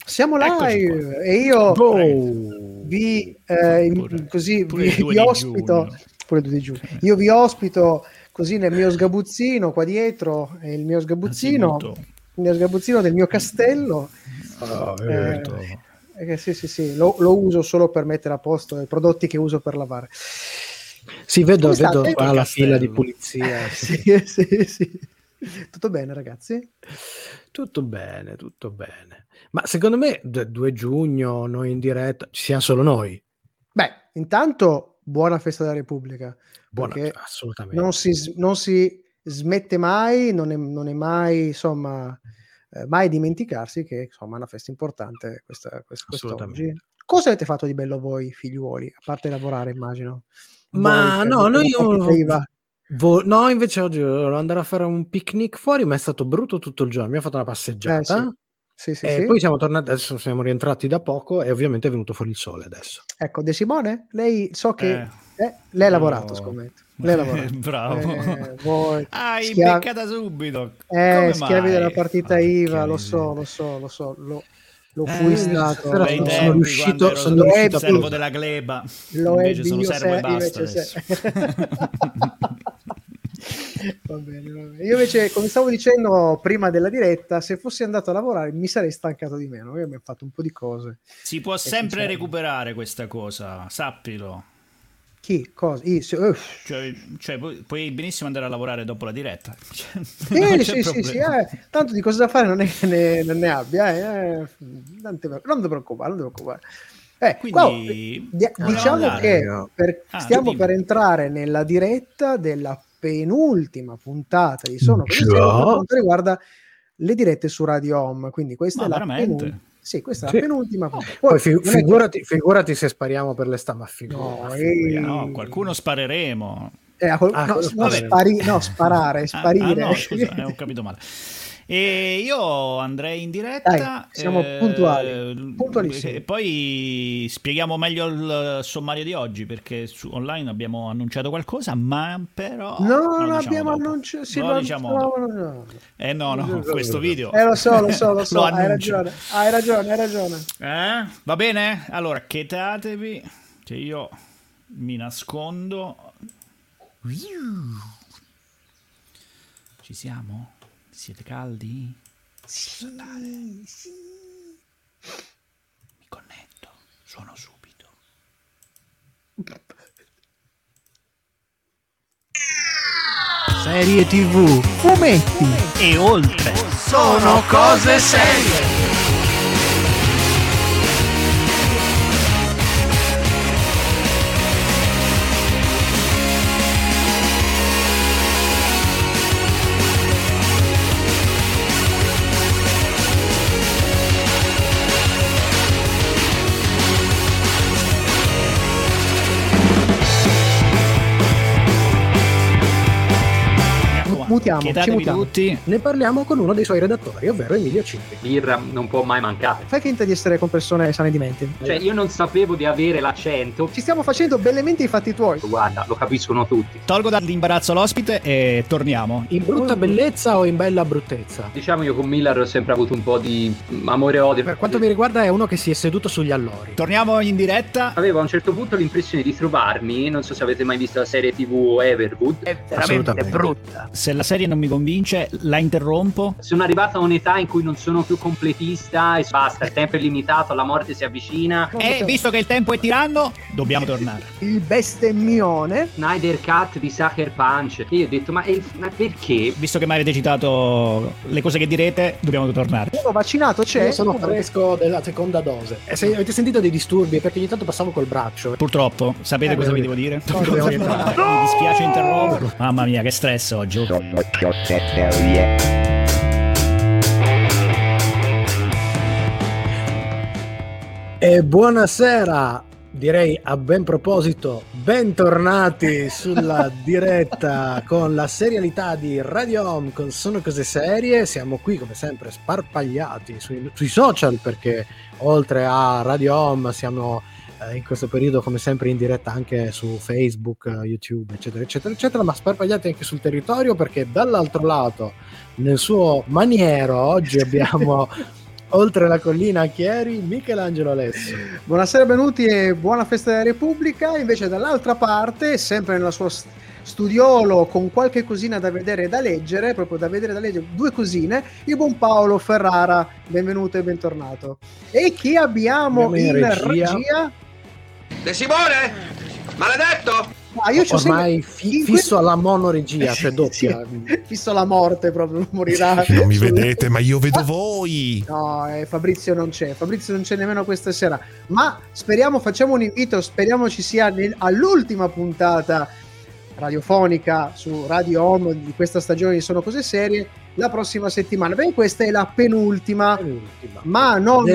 Siamo live e io vi ospito pure 2 di giugno. Io vi ospito così nel mio sgabuzzino qua dietro, è il mio sgabuzzino, del mio castello. Sì, lo uso solo per mettere a posto i prodotti che uso per lavare. Sì, vedo qua la fila di pulizia. Sì. Tutto bene, ragazzi? Tutto bene. Ma secondo me 2 giugno noi in diretta ci siamo solo noi. Beh, intanto buona festa della Repubblica. Perché assolutamente. Non si smette mai, non è mai, insomma, mai dimenticarsi che insomma è una festa importante quest'oggi. Cosa avete fatto di bello voi, figliuoli? A parte lavorare, immagino. Ma no, no, invece oggi volevo andare a fare un picnic fuori, ma è stato brutto tutto il giorno. Abbiamo fatto una passeggiata. Sì. Poi siamo tornati, adesso siamo rientrati da poco e ovviamente è venuto fuori il sole adesso. Ecco, De Simone, lei so che lei ha lavorato, scommetto. Lei ha lavorato. Bravo. Voi hai beccata subito. Schiavi della partita IVA, lo so. Lo fui stato. Sono riuscito a servo della gleba. Invece sono servo e basta adesso. Va bene. Io invece, come stavo dicendo prima della diretta, se fossi andato a lavorare mi sarei stancato di meno. Io abbiamo fatto un po' di cose. Si può sempre recuperare questa cosa, sappilo. Chi? Cosa? Cioè puoi benissimo andare a lavorare dopo la diretta. Sì. Tanto di cose da fare non ne abbia. Non ti preoccupare. Quindi diciamo che stiamo per entrare nella diretta della penultima puntata di Sono Cose Serie per quanto riguarda le dirette su Radio Home. Quindi questa è la penultima. Sì, questa è la penultima. Poi figurati se spariamo per le stamattina. No, qualcuno spareremo. Sparire. Scusa, ho capito male. E io andrei in diretta. Dai, siamo puntualissimi. E poi spieghiamo meglio il sommario di oggi, perché su online abbiamo annunciato qualcosa, ma però non abbiamo annunciato. Questo video. Lo so. Hai ragione. Va bene? Allora, chetatevi che io mi nascondo. Ci siamo? Siete caldi? Sì. Mi connetto, suono subito. Serie TV, fumetti e oltre. Sono cose serie. Ci mutiamo. Tutti. Ne parliamo con uno dei suoi redattori, ovvero Emilio Cipri. Birra non può mai mancare. Fai finta di essere con persone sane di mente. Cioè, io non sapevo di avere l'accento. Ci stiamo facendo bellemente i fatti tuoi. Guarda, lo capiscono tutti. Tolgo dall'imbarazzo l'ospite e torniamo. In brutta bellezza o in bella bruttezza? Diciamo, io con Miller ho sempre avuto un po' di amore e odio. Per quanto mi riguarda è uno che si è seduto sugli allori. Torniamo in diretta. Avevo a un certo punto l'impressione di trovarmi, non so se avete mai visto la serie TV Everwood. È veramente brutta. Se la serie non mi convince, la interrompo. Sono arrivato a un'età in cui non sono più completista e basta, il tempo è limitato, la morte si avvicina. E visto che il tempo è tiranno, dobbiamo tornare. Il bestemmione Snyder Cut di Sucker Punch. E io ho detto, ma perché? Visto che mi avete citato le cose che direte, dobbiamo tornare. Uno vaccinato c'è. Io sono fresco della seconda dose. E se avete sentito dei disturbi, perché ogni tanto passavo col braccio. Purtroppo, sapete cosa vi devo dire? Mi dispiace interrompere. Mamma mia, che stress oggi. E buonasera, direi a ben proposito, bentornati sulla diretta con la serialità di Radio Home con Sono Cose Serie. Siamo qui come sempre sparpagliati sui social, perché oltre a Radio Home siamo in questo periodo come sempre in diretta anche su Facebook, YouTube, eccetera, ma sparpagliati anche sul territorio, perché dall'altro lato, nel suo maniero, oggi abbiamo oltre la collina Chieri, Michelangelo Alessio. Buonasera, benvenuti e buona festa della Repubblica. Invece dall'altra parte, sempre nella sua studiolo con qualche cosina da vedere e da leggere, proprio da vedere e da leggere, due cosine, il buon Paolo Ferrara. Benvenuto e bentornato. E chi abbiamo in regia? De Simone? Maledetto! Io ormai fisso alla monoregia, cioè doppia. Fisso alla morte, proprio morirà. Non mi vedete, ma io vedo voi. No, Fabrizio non c'è nemmeno questa sera. Ma speriamo, facciamo un invito, speriamo ci sia all'ultima puntata radiofonica su Radio Home di questa stagione di Sono Cose Serie la prossima settimana. Beh, questa è la penultima. Ma non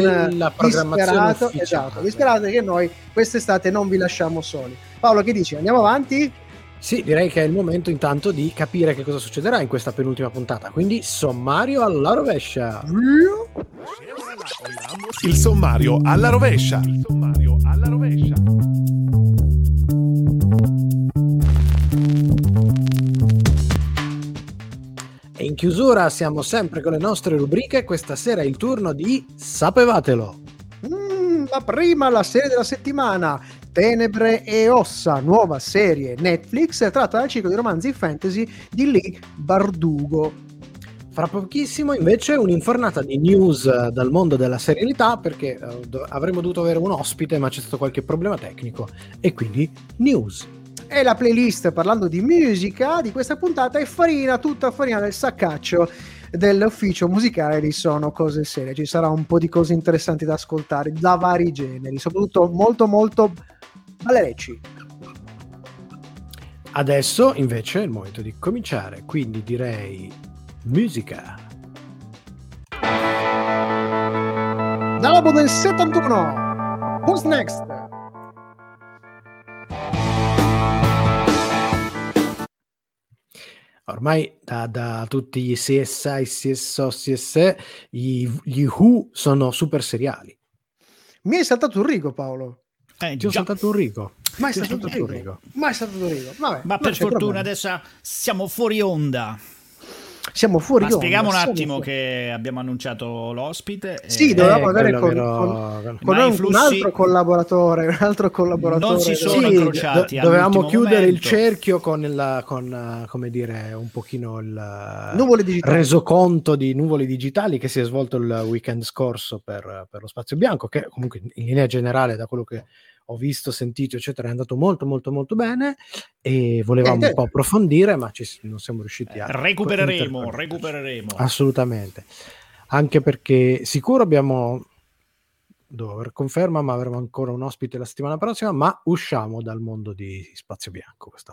disperate che noi quest'estate non vi lasciamo soli. Paolo, che dici? Andiamo avanti? Sì, direi che è il momento intanto di capire che cosa succederà in questa penultima puntata. Quindi sommario alla rovescia. Il sommario alla rovescia. E in chiusura siamo sempre con le nostre rubriche. Questa sera è il turno di Sapevatelo. Ma prima la serie della settimana, Tenebre e Ossa, nuova serie Netflix tratta dal ciclo di romanzi fantasy di Leigh Bardugo. Fra pochissimo invece un'infornata di news dal mondo della serialità, perché avremmo dovuto avere un ospite ma c'è stato qualche problema tecnico e quindi news. E la playlist, parlando di musica, di questa puntata è tutta farina del saccaccio dell'ufficio musicale di Sono Cose Serie. Ci sarà un po' di cose interessanti da ascoltare da vari generi, soprattutto molto molto ballerecci. Adesso invece è il momento di cominciare, quindi direi musica. Dall'album del 71, Who's Next? Ormai da tutti gli CSI, CSO, CSE, gli Who sono super seriali. Mi è saltato un rigo, Paolo. Ti ho saltato un rigo. Ma è stato un rigo. Vabbè, ma per fortuna adesso siamo fuori onda. Siamo fuori onda. Spieghiamo un attimo che abbiamo annunciato l'ospite. Sì, dovevamo avere con un altro collaboratore. Non si sono incrociati. Dovevamo chiudere il cerchio con come dire, un pochino il nuvole digitali. Resoconto di nuvole digitali che si è svolto il weekend scorso per lo Spazio Bianco, che comunque in linea generale, da quello che ho visto, sentito, eccetera, è andato molto molto molto bene e volevamo un po' approfondire, ma non siamo riusciti a recupereremo assolutamente, anche perché sicuro devo aver conferma, ma avremo ancora un ospite la settimana prossima, ma usciamo dal mondo di Spazio Bianco questa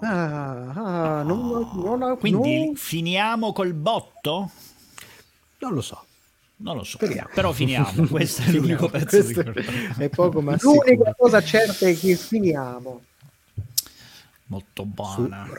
volta. Quindi finiamo col botto? Non lo so. Speriamo. Però finiamo. Questo è l'unico pezzo è poco, ma l'unica cosa certa è che finiamo. Molto buona.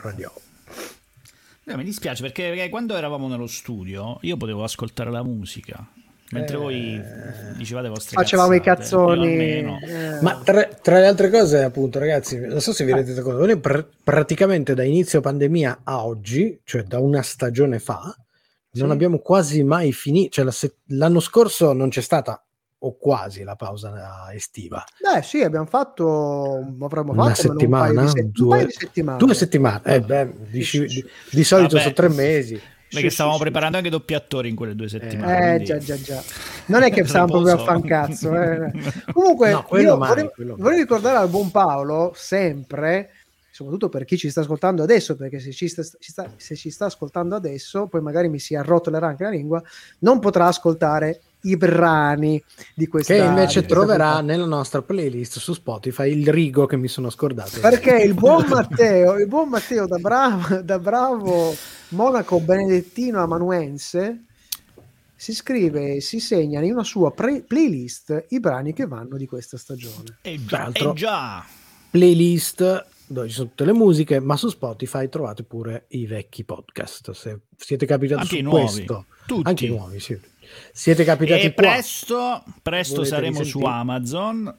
Mi dispiace perché quando eravamo nello studio io potevo ascoltare la musica mentre voi dicevate le vostre facevamo i cazzoni. Ma tra le altre cose, appunto, ragazzi, non so se vi rendete conto, noi praticamente da inizio pandemia a oggi, cioè da una stagione fa, non abbiamo quasi mai finito, cioè l'anno scorso non c'è stata o quasi la pausa estiva. Sì, avremmo fatto una settimana, un paio di settimane. 2 settimane. Di solito sono 3 mesi. Perché stavamo preparando anche doppiatori in quelle 2 settimane. Già. Non è che stavamo proprio a fancazzo. Comunque, io vorrei ricordare al buon Paolo sempre, soprattutto per chi ci sta ascoltando adesso, perché se ci sta ascoltando adesso, poi magari mi si arrotolerà anche la lingua, non potrà ascoltare i brani di questa, che invece troverà nella nostra playlist su Spotify, il rigo che mi sono scordato, perché il buon Matteo da bravo monaco benedettino amanuense si scrive e si segna in una sua playlist i brani che vanno di questa stagione. Già. Playlist dove ci sono tutte le musiche, ma su Spotify trovate pure i vecchi podcast, se siete capitati anche su nuovi, questo, tutti. Anche i nuovi, sì. Siete capitati e presto saremo su Amazon.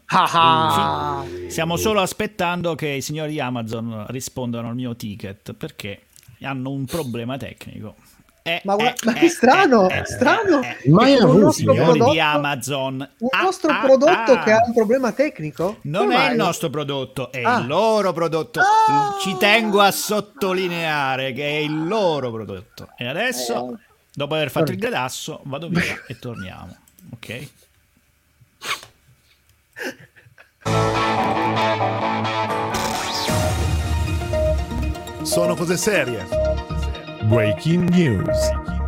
Stiamo solo aspettando che i signori Amazon rispondano al mio ticket, perché hanno un problema tecnico Ma che strano, strano. Ma è un nostro prodotto di Amazon. Un nostro prodotto che ha un problema tecnico? Non è il nostro prodotto, è il loro prodotto. Ci tengo a sottolineare che è il loro prodotto. E adesso, dopo aver fatto il gradasso, vado via e torniamo. Ok? Sono cose serie. Breaking news.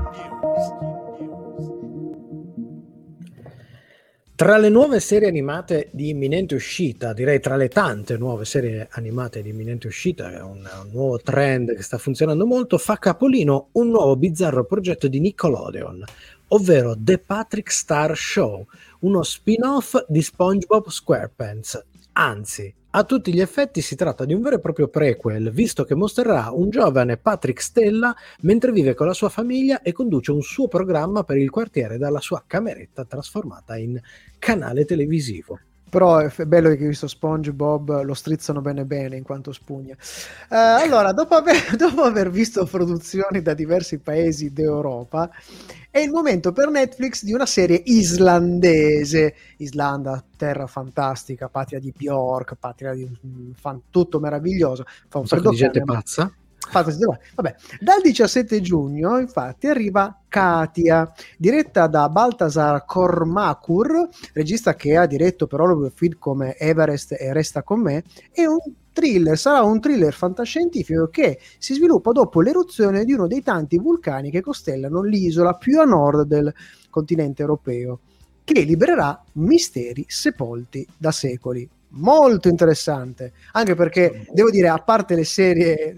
Tra le nuove serie animate di imminente uscita, direi tra le tante nuove serie animate di imminente uscita, è un nuovo trend che sta funzionando molto, fa capolino un nuovo bizzarro progetto di Nickelodeon, ovvero The Patrick Star Show, uno spin-off di SpongeBob SquarePants. Anzi, a tutti gli effetti si tratta di un vero e proprio prequel, visto che mostrerà un giovane Patrick Stella mentre vive con la sua famiglia e conduce un suo programma per il quartiere dalla sua cameretta trasformata in canale televisivo. Però è bello che visto SpongeBob lo strizzano bene bene in quanto spugna. Allora, dopo aver visto produzioni da diversi paesi d'Europa, è il momento per Netflix di una serie islandese. Islanda, terra fantastica, patria di Bjork, patria di tutto meraviglioso. Fa un sacco di gente pazza. Vabbè, dal 17 giugno infatti arriva Katia, diretta da Baltasar Kormákur, regista che ha diretto per Hollywood film come Everest e Resta con me, e sarà un thriller fantascientifico che si sviluppa dopo l'eruzione di uno dei tanti vulcani che costellano l'isola più a nord del continente europeo, che libererà misteri sepolti da secoli. Molto interessante, anche perché devo dire, a parte le serie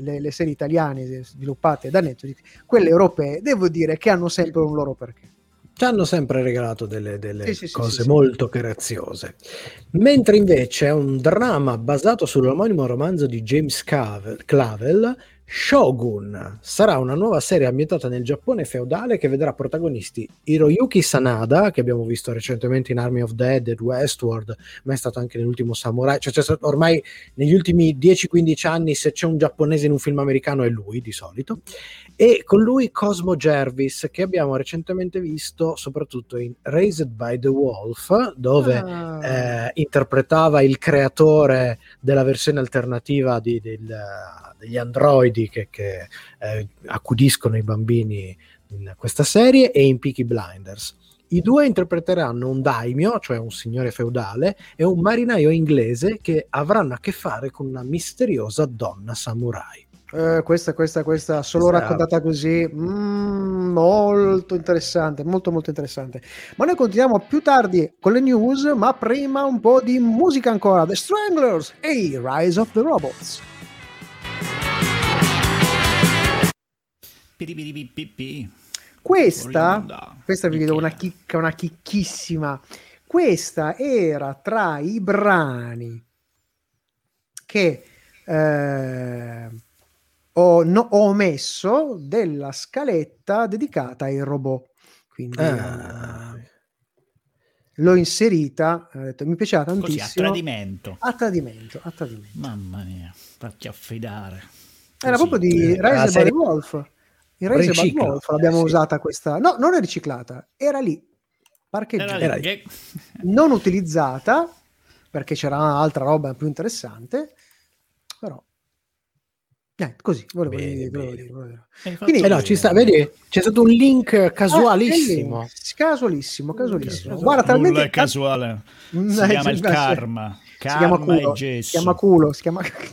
italiane sviluppate da Netflix, quelle europee devo dire che hanno sempre un loro perché. Ci hanno sempre regalato delle cose molto graziose. Mentre invece è un dramma basato sull'omonimo romanzo di James Clavell, Shogun sarà una nuova serie ambientata nel Giappone feudale che vedrà protagonisti Hiroyuki Sanada, che abbiamo visto recentemente in Army of the Dead ed Westworld, ma è stato anche nell'ultimo Samurai, ormai negli ultimi 10-15 anni se c'è un giapponese in un film americano è lui di solito, e con lui Cosmo Jervis, che abbiamo recentemente visto soprattutto in Raised by the Wolf, dove interpretava il creatore della versione alternativa degli androidi che accudiscono i bambini in questa serie, e in Peaky Blinders. I due interpreteranno un daimyo, cioè un signore feudale, e un marinaio inglese che avranno a che fare con una misteriosa donna samurai. Questa solo raccontata così, molto interessante, molto molto interessante. Ma noi continuiamo più tardi con le news, ma prima un po' di musica ancora. The Stranglers e Rise of the Robots. Questa vi do una chicchissima. Questa era tra i brani che ho omesso della scaletta dedicata ai robot, quindi l'ho inserita, ho detto, mi piaceva tantissimo. Così, a tradimento. Mamma mia, fatti affidare. Era proprio di Rise by the Wolf. In Rise by the Wolf l'abbiamo usata questa. No, non è riciclata, era lì, parcheggiata, non utilizzata perché c'era altra roba più interessante, però così volevo dire. Quindi no, ci sta, vedi, c'è stato un link casualissimo. Casualissimo. Guarda, talmente nulla è casuale. Si chiama il karma. Si chiama culo. Si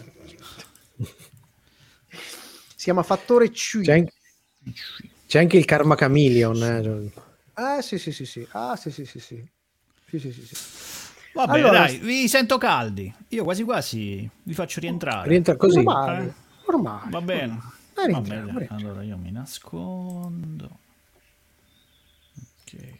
chiama fattore C. C'è anche il Karma Chameleon. Sì. Va bene, allora, dai, vi sento caldi. Io quasi quasi vi faccio rientrare. Rientra così. Ormai. Va bene. Rientriamo. Allora io mi nascondo. Ok.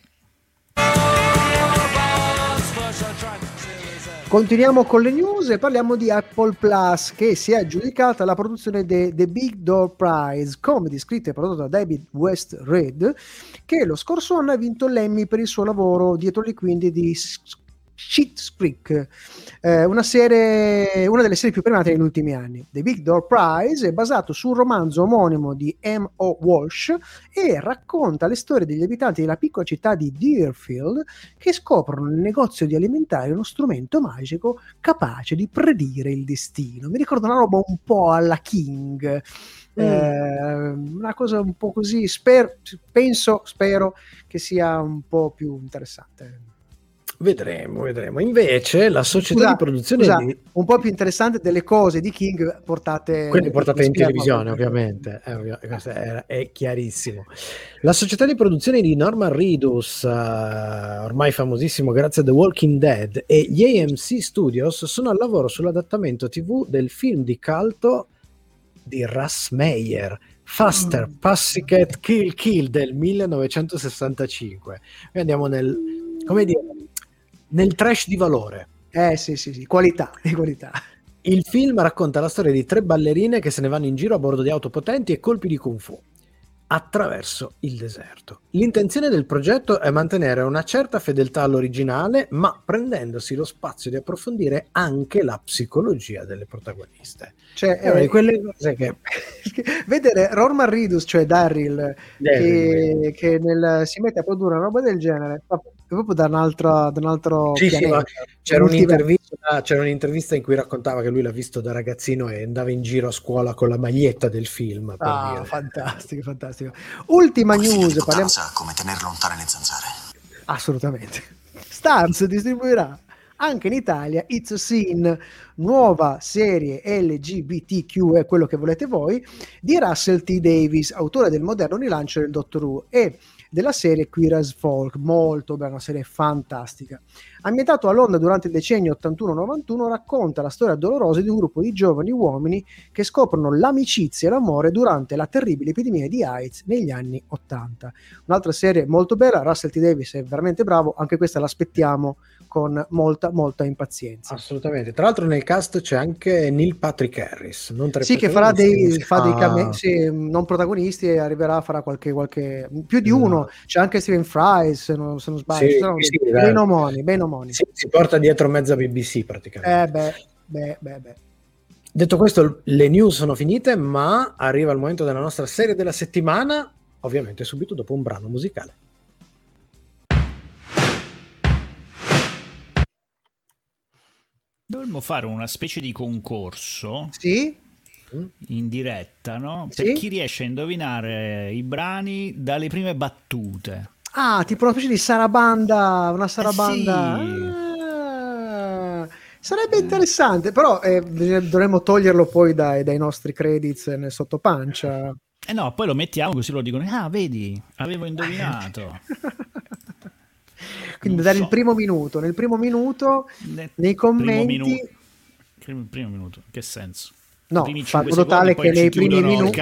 Continuiamo con le news e parliamo di Apple Plus, che si è aggiudicata la produzione The Big Door Prize, comedy scritta e prodotta da David West Reed, che lo scorso anno ha vinto l'Emmy per il suo lavoro dietro le quinte di Schitt's Creek, una delle serie più premiate negli ultimi anni. The Big Door Prize è basato su un romanzo omonimo di M.O. Walsh e racconta le storie degli abitanti della piccola città di Deerfield che scoprono nel negozio di alimentari uno strumento magico capace di predire il destino. Mi ricorda una roba un po' alla King, una cosa un po' così. Spero che sia un po' più interessante. Vedremo. Invece la società di produzione un po' più interessante delle cose di King portate in televisione, ovviamente. Questo è chiarissimo. La società di produzione di Norman Reedus, ormai famosissimo grazie a The Walking Dead, e gli AMC Studios sono al lavoro sull'adattamento TV del film di culto di Russ Meyer, Faster, Pussycat, Kill del 1965. Noi andiamo nel trash di valore. Sì, qualità. Il film racconta la storia di 3 ballerine che se ne vanno in giro a bordo di auto potenti e colpi di kung fu attraverso il deserto. L'intenzione del progetto è mantenere una certa fedeltà all'originale, ma prendendosi lo spazio di approfondire anche la psicologia delle protagoniste. Cioè, quelle cose che vedere Norman Reedus, cioè Daryl, che si mette a produrre una roba del genere proprio da un altro pianeta. C'era un'intervista in cui raccontava che lui l'ha visto da ragazzino e andava in giro a scuola con la maglietta del film. Fantastico. Ultima news, parliamo come tenere lontane le zanzare. Assolutamente. Starz distribuirà anche in Italia It's a Sin, nuova serie LGBTQ, è quello che volete voi, di Russell T. Davies, autore del moderno rilancio del Doctor Who e della serie Queer as Folk, molto bella, una serie fantastica. Ambientato a Londra durante il decennio 81-91, racconta la storia dolorosa di un gruppo di giovani uomini che scoprono l'amicizia e l'amore durante la terribile epidemia di AIDS negli anni 80. Un'altra serie molto bella, Russell T. Davies è veramente bravo, anche questa l'aspettiamo con molta impazienza. Assolutamente. Tra l'altro nel cast c'è anche Neil Patrick Harris, che farà dei non protagonisti e farà qualche più di uno. C'è anche Stephen Fry, se non sbaglio. Ben omoni. Si porta dietro mezza BBC praticamente. Beh. Detto questo, le news sono finite, ma arriva il momento della nostra serie della settimana, ovviamente subito dopo un brano musicale. Dovremmo fare una specie di concorso in diretta, no? Sì? Per chi riesce a indovinare i brani dalle prime battute. Tipo una specie di sarabanda, una sarabanda. Sì. Sarebbe interessante, però dovremmo toglierlo poi dai nostri credits nel sottopancia. No, poi lo mettiamo così lo dicono, vedi, avevo indovinato. Quindi nel primo minuto, nei commenti. Primo minuto, che senso? No, fa in modo tale che nei primi minuti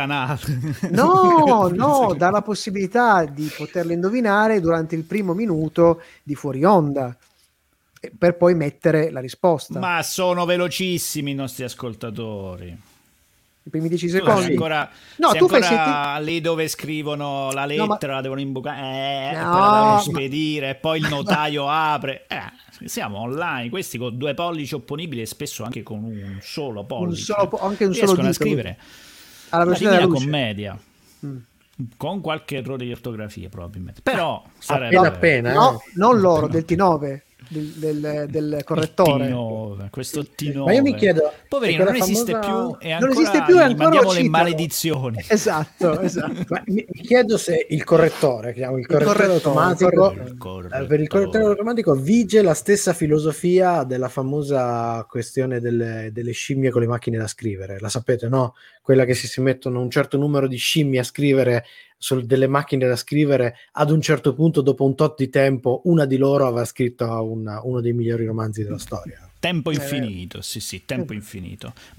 no, dà la possibilità di poterlo indovinare durante il primo minuto di fuori onda per poi mettere la risposta. Ma sono velocissimi i nostri ascoltatori. I primi 10 secondi. Lì dove scrivono la lettera, la devono imbucare, poi la devono spedire, e poi il notaio apre. Siamo online, questi con 2 pollici opponibili e spesso anche con un solo pollice. Anche un riescono solo a scrivere alla Divina Commedia. Con qualche errore di ortografia probabilmente. Però sarebbe appena. No, non loro, del T9. Del correttore, questo T9. Ma io mi chiedo, poverino, non esiste più e ancora mandiamo le maledizioni. Esatto. Ma mi chiedo se il correttore, il correttore automatico, per il correttore automatico vige la stessa filosofia della famosa questione delle scimmie con le macchine da scrivere. La sapete, no? Quella che si mettono un certo numero di scimmie a scrivere delle macchine da scrivere, ad un certo punto, dopo un tot di tempo, una di loro aveva scritto uno dei migliori romanzi della storia. Tempo infinito, sì, tempo infinito. Ma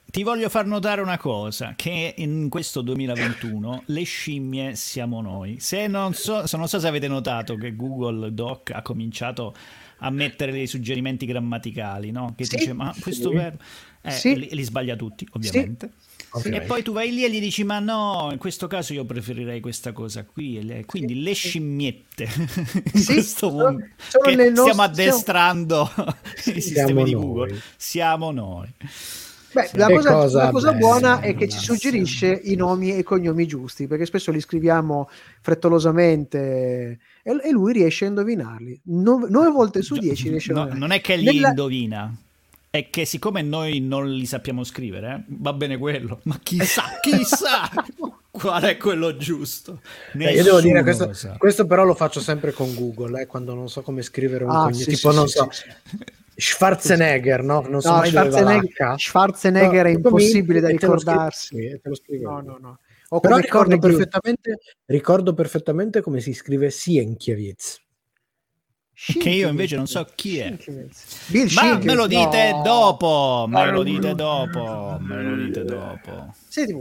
ti voglio far notare una cosa, che in questo 2021 le scimmie siamo noi. Non so se avete notato che Google Doc ha cominciato a mettere dei suggerimenti grammaticali, no? Che dice, ma questo verbo... li sbaglia tutti, ovviamente. Sì. Okay. E poi tu vai lì e gli dici, ma no, in questo caso io preferirei questa cosa qui. E quindi le scimmiette in questo mondo che stiamo addestrando i sistemi di Google. Siamo noi. Beh, la cosa buona è che ci suggerisce i nomi e i cognomi giusti, perché spesso li scriviamo frettolosamente e lui riesce a indovinarli. 9 volte su 10 riesce a indovinarli. Non è che li indovina, è che siccome noi non li sappiamo scrivere, va bene quello, ma chissà qual è quello giusto. Io devo dire, questo però lo faccio sempre con Google, quando non so come scrivere un cognome, tipo non so... Schwarzenegger, no? Non so mai Schwarzenegger è impossibile da ricordarsi. Te lo scrivo. No. Però ricordo perfettamente come si scrive Sienkiewicz. Che io invece non so chi è. Ma me lo dite dopo. Me lo dite dopo. Senti.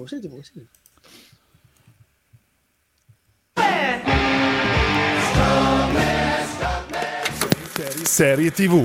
Serie TV.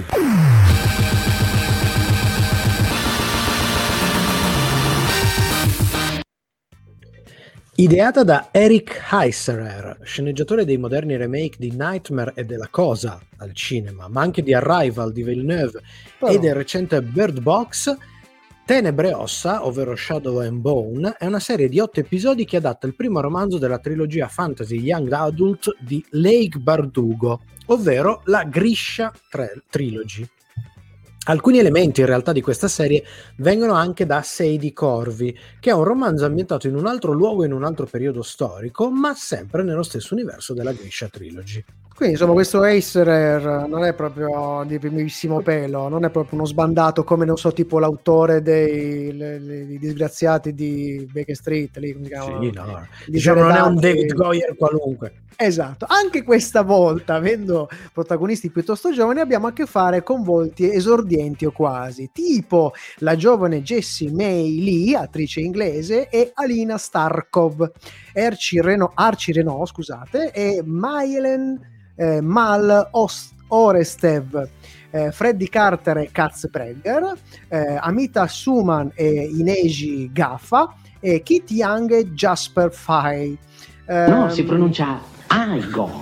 Ideata da Eric Heisserer, sceneggiatore dei moderni remake di Nightmare e della Cosa al cinema, ma anche di Arrival di Villeneuve e del recente Bird Box, Tenebre e Ossa, ovvero Shadow and Bone, è una serie di 8 episodi che adatta il primo romanzo della trilogia fantasy young adult di Leigh Bardugo, ovvero la Grisha Trilogy. Alcuni elementi in realtà di questa serie vengono anche da Sadie Corvi, che è un romanzo ambientato in un altro luogo e in un altro periodo storico, ma sempre nello stesso universo della Grisha Trilogy. Quindi insomma questo Heisserer non è proprio di primissimo pelo, non è proprio uno sbandato come non so tipo l'autore dei disgraziati di Baker Street, lì come si chiama? Sì, no. Diciamo non è un David Goyer qualunque. Esatto, anche questa volta, avendo protagonisti piuttosto giovani, abbiamo a che fare con volti esordienti o quasi, tipo la giovane Jessie May Lee, attrice inglese, e Alina Starkov, Archie Renault, scusate, e Maylen Mal Orestev, Freddie Carter e Katz Bregger, Amita Suman e Ineji Gaffa, e Kit Young e Jasper Fay. No, si pronuncia Aigo.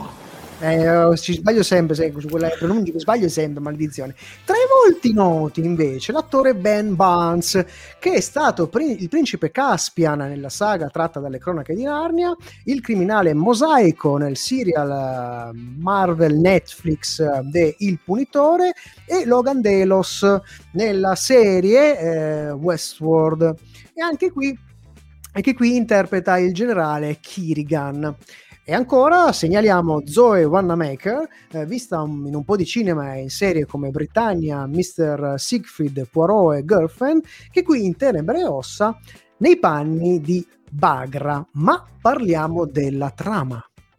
Ci sbaglio sempre su quella pronuncia, sbaglio sempre, maledizione. Tra i volti noti invece l'attore Ben Barnes, che è stato il principe Caspian nella saga tratta dalle cronache di Narnia, il criminale Mosaico nel serial Marvel Netflix de Il Punitore e Logan Delos nella serie Westworld, e anche qui interpreta il generale Kirigan. E ancora segnaliamo Zoe Wanamaker, vista in un po' di cinema e in serie come Britannia, Mr. Siegfried, Poirot e Girlfriend, che qui in Tenebre e Ossa nei panni di Bagra. Ma parliamo della trama.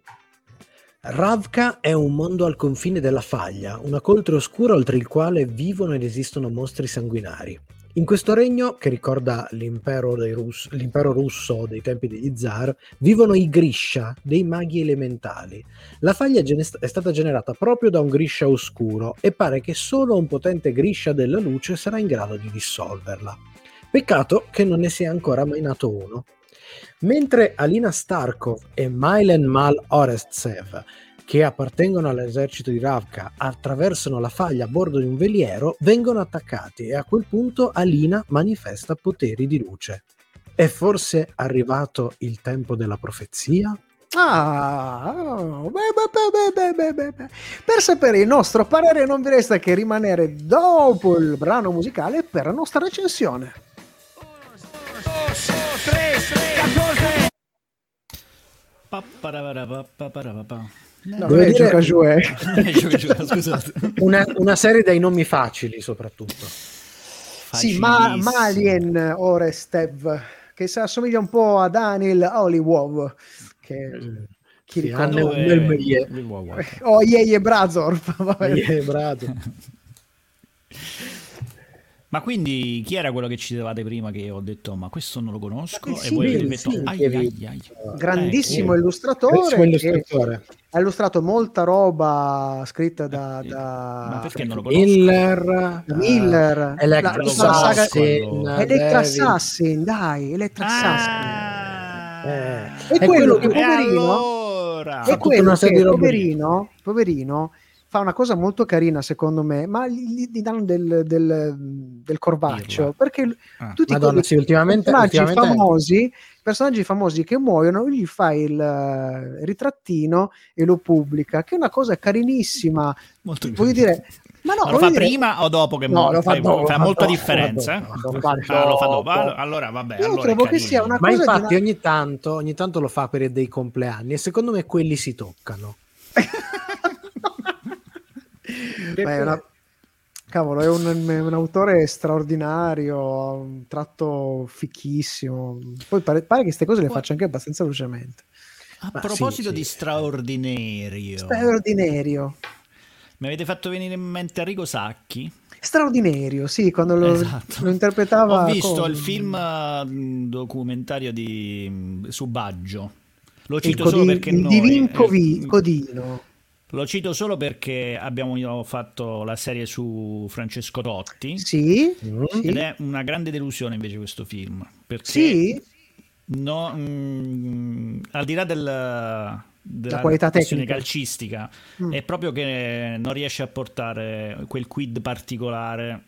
Ravka è un mondo al confine della faglia, una coltre oscura oltre il quale vivono ed esistono mostri sanguinari. In questo regno, che ricorda l'impero russo dei tempi degli zar, vivono i Grisha, dei maghi elementali. La faglia è stata generata proprio da un Grisha oscuro e pare che solo un potente Grisha della luce sarà in grado di dissolverla. Peccato che non ne sia ancora mai nato uno. Mentre Alina Starkov e Maylen Mal Orestsev, che appartengono all'esercito di Ravka, attraversano la faglia a bordo di un veliero, vengono attaccati e a quel punto Alina manifesta poteri di luce. È forse arrivato il tempo della profezia? Per sapere il nostro parere non vi resta che rimanere dopo il brano musicale per la nostra recensione. No, scusate. Una serie dai nomi facili soprattutto. Sì, Malien Orestev, che si assomiglia un po' a Daniel Oliwov, che chi ricorda o Yeye Brazor. Ma quindi chi era quello che ci dicevate prima che ho detto ma questo non lo conosco? Sì, e voi avete sì, detto grandissimo illustratore che ha illustrato molta roba scritta da ma perché non lo conosco? Miller, Electra Assassin, dai, Electra Assassin. È quello che poverino è quello che poverino fa una cosa molto carina secondo me, ma gli danno del corvaccio, perché tutti Madonna, quelli ultimamente personaggi famosi che muoiono, gli fa il ritrattino e lo pubblica, che è una cosa carinissima. Molto voglio dire, ma lo fa prima o dopo che no, lo fa dopo, fa molta differenza? Lo fa dopo. Allora vabbè, io trovo che sia una ma cosa infatti ogni tanto lo fa per dei compleanni e secondo me quelli si toccano. Cavolo, è un autore straordinario, un tratto fichissimo. Poi pare che queste cose le faccia anche abbastanza velocemente. A proposito di straordinario, mi avete fatto venire in mente Arrigo Sacchi. Straordinario, sì, quando lo interpretava. Ho visto il film documentario su Baggio. Lo cito solo perché Codino. Lo cito solo perché abbiamo fatto la serie su Francesco Totti. Sì. Ed è una grande delusione invece questo film. Perché al di là della qualità questione tecnica calcistica, è proprio che non riesce a portare quel quid particolare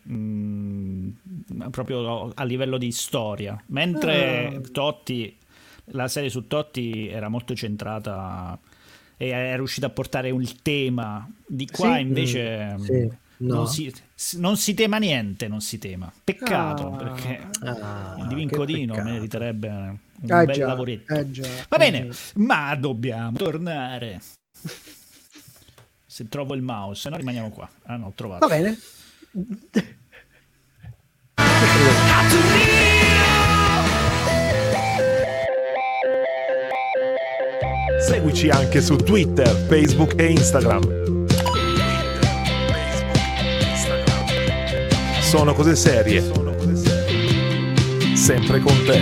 proprio a livello di storia. Mentre Totti, la serie su Totti era molto centrata e è riuscito a portare il tema di qua, invece non si tema niente, peccato, perché il Divin Codino meriterebbe un bel lavoretto. Va bene, ma dobbiamo tornare, se trovo il mouse, se no rimaniamo qua. No, ho trovato. Va bene. Seguici anche su Twitter, Facebook e Instagram. Sono cose serie. Sempre con te.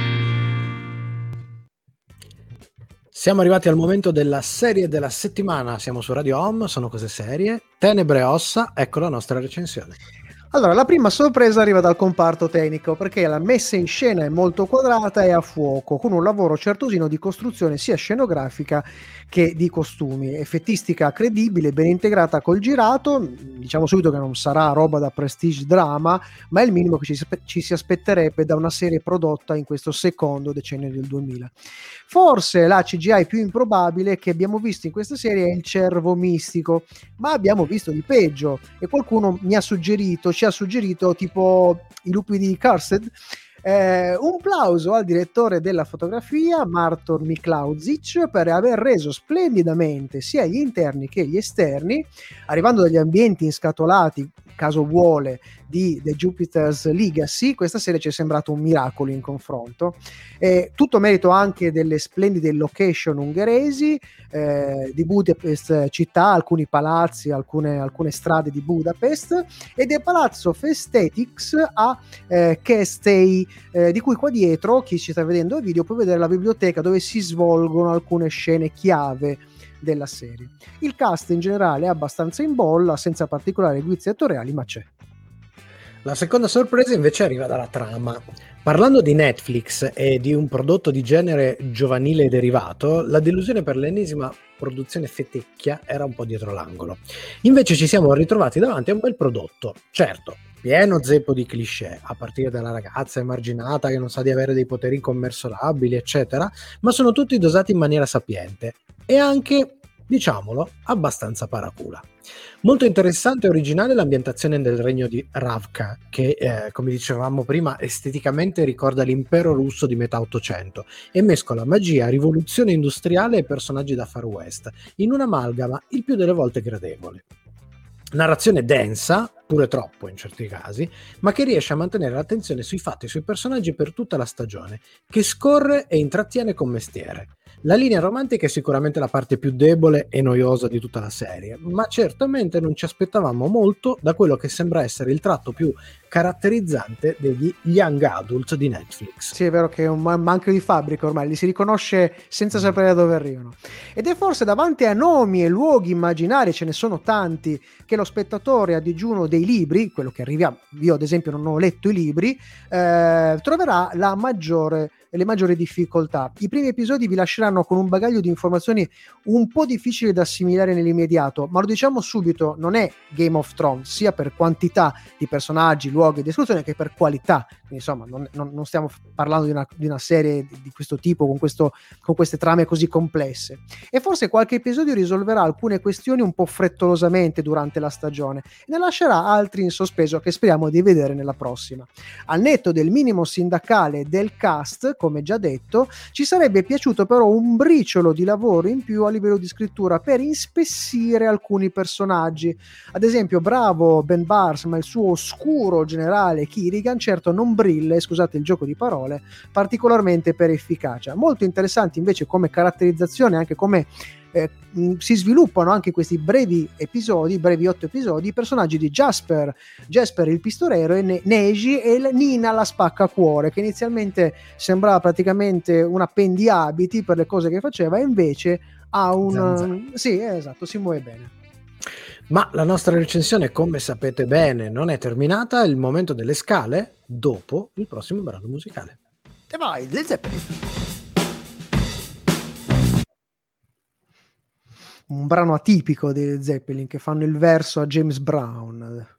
Siamo arrivati al momento della serie della settimana. Siamo su Radio Home, sono cose serie. Tenebre e ossa, ecco la nostra recensione. Allora, la prima sorpresa arriva dal comparto tecnico, perché la messa in scena è molto quadrata e a fuoco, con un lavoro certosino di costruzione sia scenografica che di costumi, effettistica credibile, ben integrata col girato. Diciamo subito che non sarà roba da prestige drama, ma è il minimo che ci si aspetterebbe da una serie prodotta in questo secondo decennio del 2000. Forse la CGI più improbabile che abbiamo visto in questa serie è il cervo mistico, ma abbiamo visto di peggio, e qualcuno ci ha suggerito tipo i lupi di Cursed. Un plauso al direttore della fotografia Marton Miklauzic per aver reso splendidamente sia gli interni che gli esterni, arrivando dagli ambienti inscatolati, caso vuole, di The Jupiter's Legacy. Questa serie ci è sembrato un miracolo in confronto. Tutto merito anche delle splendide location ungheresi, di Budapest città, alcuni palazzi, alcune strade di Budapest, e del palazzo Festetics a Kestei, di cui qua dietro, chi ci sta vedendo il video, può vedere la biblioteca dove si svolgono alcune scene chiave della serie. Il cast in generale è abbastanza in bolla, senza particolari guizzi attoriali, ma c'è. La seconda sorpresa invece arriva dalla trama. Parlando di Netflix e di un prodotto di genere giovanile derivato, la delusione per l'ennesima produzione fetecchia era un po' dietro l'angolo. Invece ci siamo ritrovati davanti a un bel prodotto, certo, pieno zeppo di cliché, a partire dalla ragazza emarginata che non sa di avere dei poteri incommensurabili, eccetera, ma sono tutti dosati in maniera sapiente e anche, diciamolo, abbastanza paracula. Molto interessante e originale l'ambientazione del regno di Ravka, che come dicevamo prima esteticamente ricorda l'impero russo di metà Ottocento e mescola magia, rivoluzione industriale e personaggi da Far West in un'amalgama il più delle volte gradevole. Narrazione densa, pure troppo in certi casi, ma che riesce a mantenere l'attenzione sui fatti e sui personaggi per tutta la stagione, che scorre e intrattiene con mestiere. La linea romantica è sicuramente la parte più debole e noiosa di tutta la serie, ma certamente non ci aspettavamo molto da quello che sembra essere il tratto più caratterizzante degli young adult di Netflix. Sì, è vero che è un marchio di fabbrica ormai, li si riconosce senza sapere da dove arrivano. Ed è forse davanti a nomi e luoghi immaginari, ce ne sono tanti, che lo spettatore a digiuno dei libri, quello che arriviamo, io ad esempio non ho letto i libri, troverà le maggiori difficoltà. I primi episodi vi lasceranno con un bagaglio di informazioni un po' difficili da assimilare nell'immediato, ma lo diciamo subito, non è Game of Thrones, sia per quantità di personaggi, luoghi e descrizione che per qualità. Quindi, insomma, non stiamo parlando di una serie di questo tipo con queste trame così complesse. E forse qualche episodio risolverà alcune questioni un po' frettolosamente durante la stagione e ne lascerà altri in sospeso che speriamo di vedere nella prossima. Al netto del minimo sindacale del cast, come già detto, ci sarebbe piaciuto però un briciolo di lavoro in più a livello di scrittura per inspessire alcuni personaggi. Ad esempio, bravo Ben Bars, ma il suo oscuro generale Kirigan certo non brilla, scusate il gioco di parole, particolarmente per efficacia. Molto interessanti invece come caratterizzazione, anche come si sviluppano anche questi brevi 8 episodi, i personaggi di Jasper il pistolero e Neji e Nina la spaccacuore, che inizialmente sembrava praticamente un appendiabiti per le cose che faceva e invece ha sì, esatto, si muove bene. Ma la nostra recensione, come sapete bene, non è terminata, è il momento delle scale dopo il prossimo brano musicale. E vai, Led Zeppelin. Un brano atipico dei Zeppelin che fanno il verso a James Brown.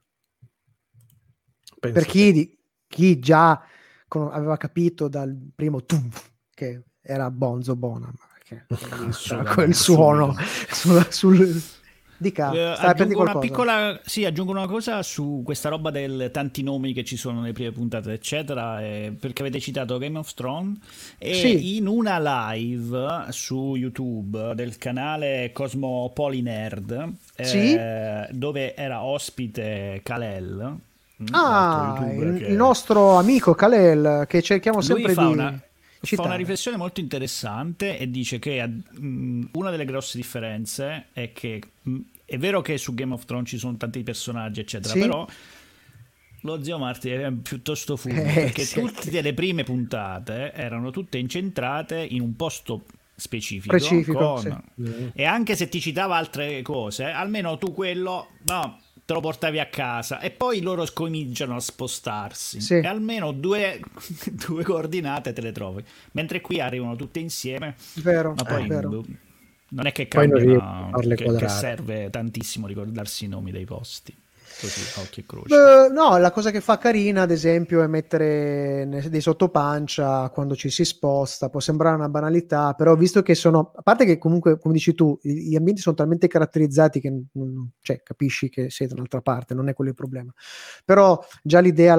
Per chi già aveva capito dal primo tum che era Bonzo Bonham, perché quel suono sul aggiungo una cosa su questa roba del tanti nomi che ci sono nelle prime puntate eccetera, perché avete citato Game of Thrones e sì, in una live su YouTube del canale Cosmo Polinerd dove era ospite Kalel, il nostro amico Kalel, che cerchiamo sempre fa una riflessione molto interessante e dice che una delle grosse differenze è che è vero che su Game of Thrones ci sono tanti personaggi eccetera, però lo zio Marty è piuttosto furbo perché tutte le prime puntate erano tutte incentrate in un posto specifico e anche se ti citava altre cose, almeno tu quello te lo portavi a casa e poi loro cominciano a spostarsi e almeno due coordinate te le trovi, mentre qui arrivano tutte insieme, ma poi non è che cambia, che serve tantissimo ricordarsi i nomi dei posti così a occhio e croce. No, la cosa che fa carina ad esempio è mettere dei sottopancia quando ci si sposta, può sembrare una banalità, però visto che sono, a parte che comunque come dici tu gli ambienti sono talmente caratterizzati che cioè, capisci che sei da un'altra parte, non è quello il problema, però già l'idea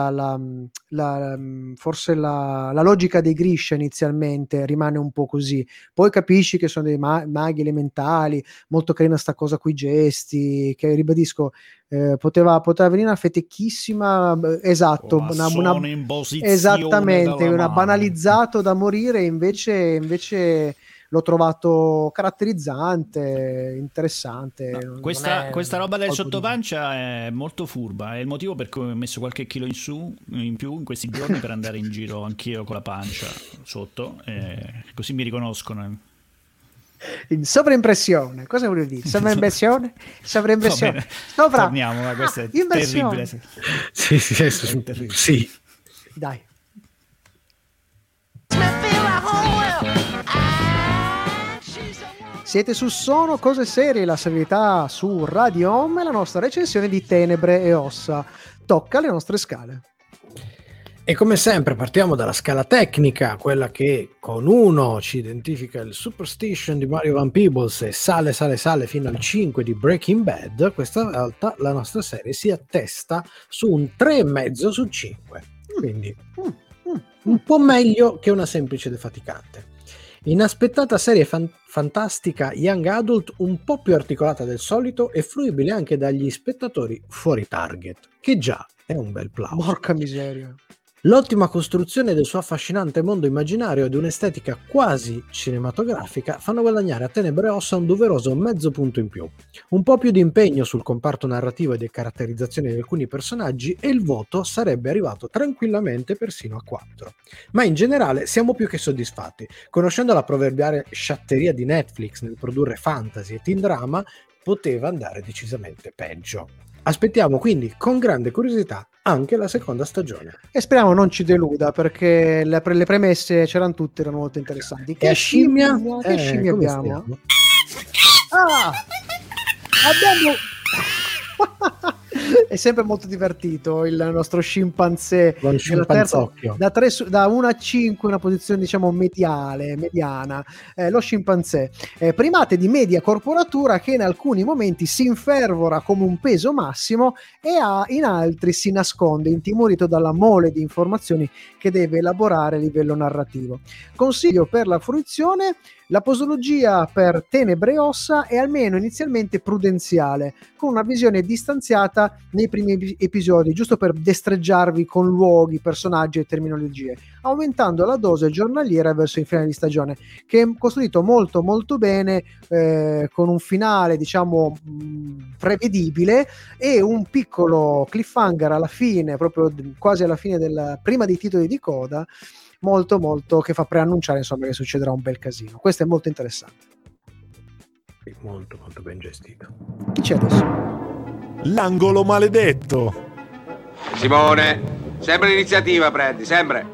forse la logica dei Grisha inizialmente rimane un po' così, poi capisci che sono dei maghi elementali, molto carina sta cosa coi gesti, che ribadisco poteva venire una fetecchissima, esatto, esattamente, una banalizzato da morire, invece l'ho trovato caratterizzante, interessante. Questa roba del sottopancia è molto furba, è il motivo per cui ho messo qualche chilo in più in questi giorni per andare in giro anch'io con la pancia sotto, così mi riconoscono. In sovraimpressione, cosa vuol dire? Sovraimpressione? Torniamo, questo è terribile. Sì. Dai. Siete su Sono Cose Serie, la serietà su Radio Home e la nostra recensione di Tenebre e Ossa. Tocca le nostre scale. E come sempre partiamo dalla scala tecnica, quella che con 1 ci identifica il Superstition di Mario Van Peebles e sale fino al 5 di Breaking Bad. Questa volta la nostra serie si attesta su un 3,5 su 5, quindi un po' meglio che una semplice defaticante. Inaspettata serie fantastica young adult, un po' più articolata del solito e fruibile anche dagli spettatori fuori target, che già è un bel plauso. Porca miseria. L'ottima costruzione del suo affascinante mondo immaginario ed un'estetica quasi cinematografica fanno guadagnare a Tenebre e Ossa un doveroso mezzo punto in più. Un po' più di impegno sul comparto narrativo e di caratterizzazione di alcuni personaggi e il voto sarebbe arrivato tranquillamente persino a 4. Ma in generale siamo più che soddisfatti. Conoscendo la proverbiale sciatteria di Netflix nel produrre fantasy e teen drama, poteva andare decisamente peggio. Aspettiamo quindi con grande curiosità anche la seconda stagione. E speriamo non ci deluda, perché le premesse c'erano tutte, erano molto interessanti. Che scimmia? Che scimmia abbiamo? Stiamo? Abbiamo... È sempre molto divertito il nostro scimpanzé da 1 a 5, una posizione diciamo mediana, lo scimpanzé, primate di media corporatura che in alcuni momenti si infervora come un peso massimo e in altri si nasconde intimorito dalla mole di informazioni che deve elaborare a livello narrativo. Consiglio per la fruizione: la posologia per Tenebre e Ossa è almeno inizialmente prudenziale, con una visione distanziata nei primi episodi, giusto per destreggiarvi con luoghi, personaggi e terminologie, aumentando la dose giornaliera verso il finale di stagione, che è costruito molto molto bene, con un finale diciamo prevedibile e un piccolo cliffhanger alla fine, proprio quasi alla fine prima dei titoli di coda, molto molto, che fa preannunciare insomma che succederà un bel casino. Questo è molto interessante, molto molto ben gestito. Chi c'è adesso? L'angolo maledetto. Simone, sempre l'iniziativa prendi, sempre.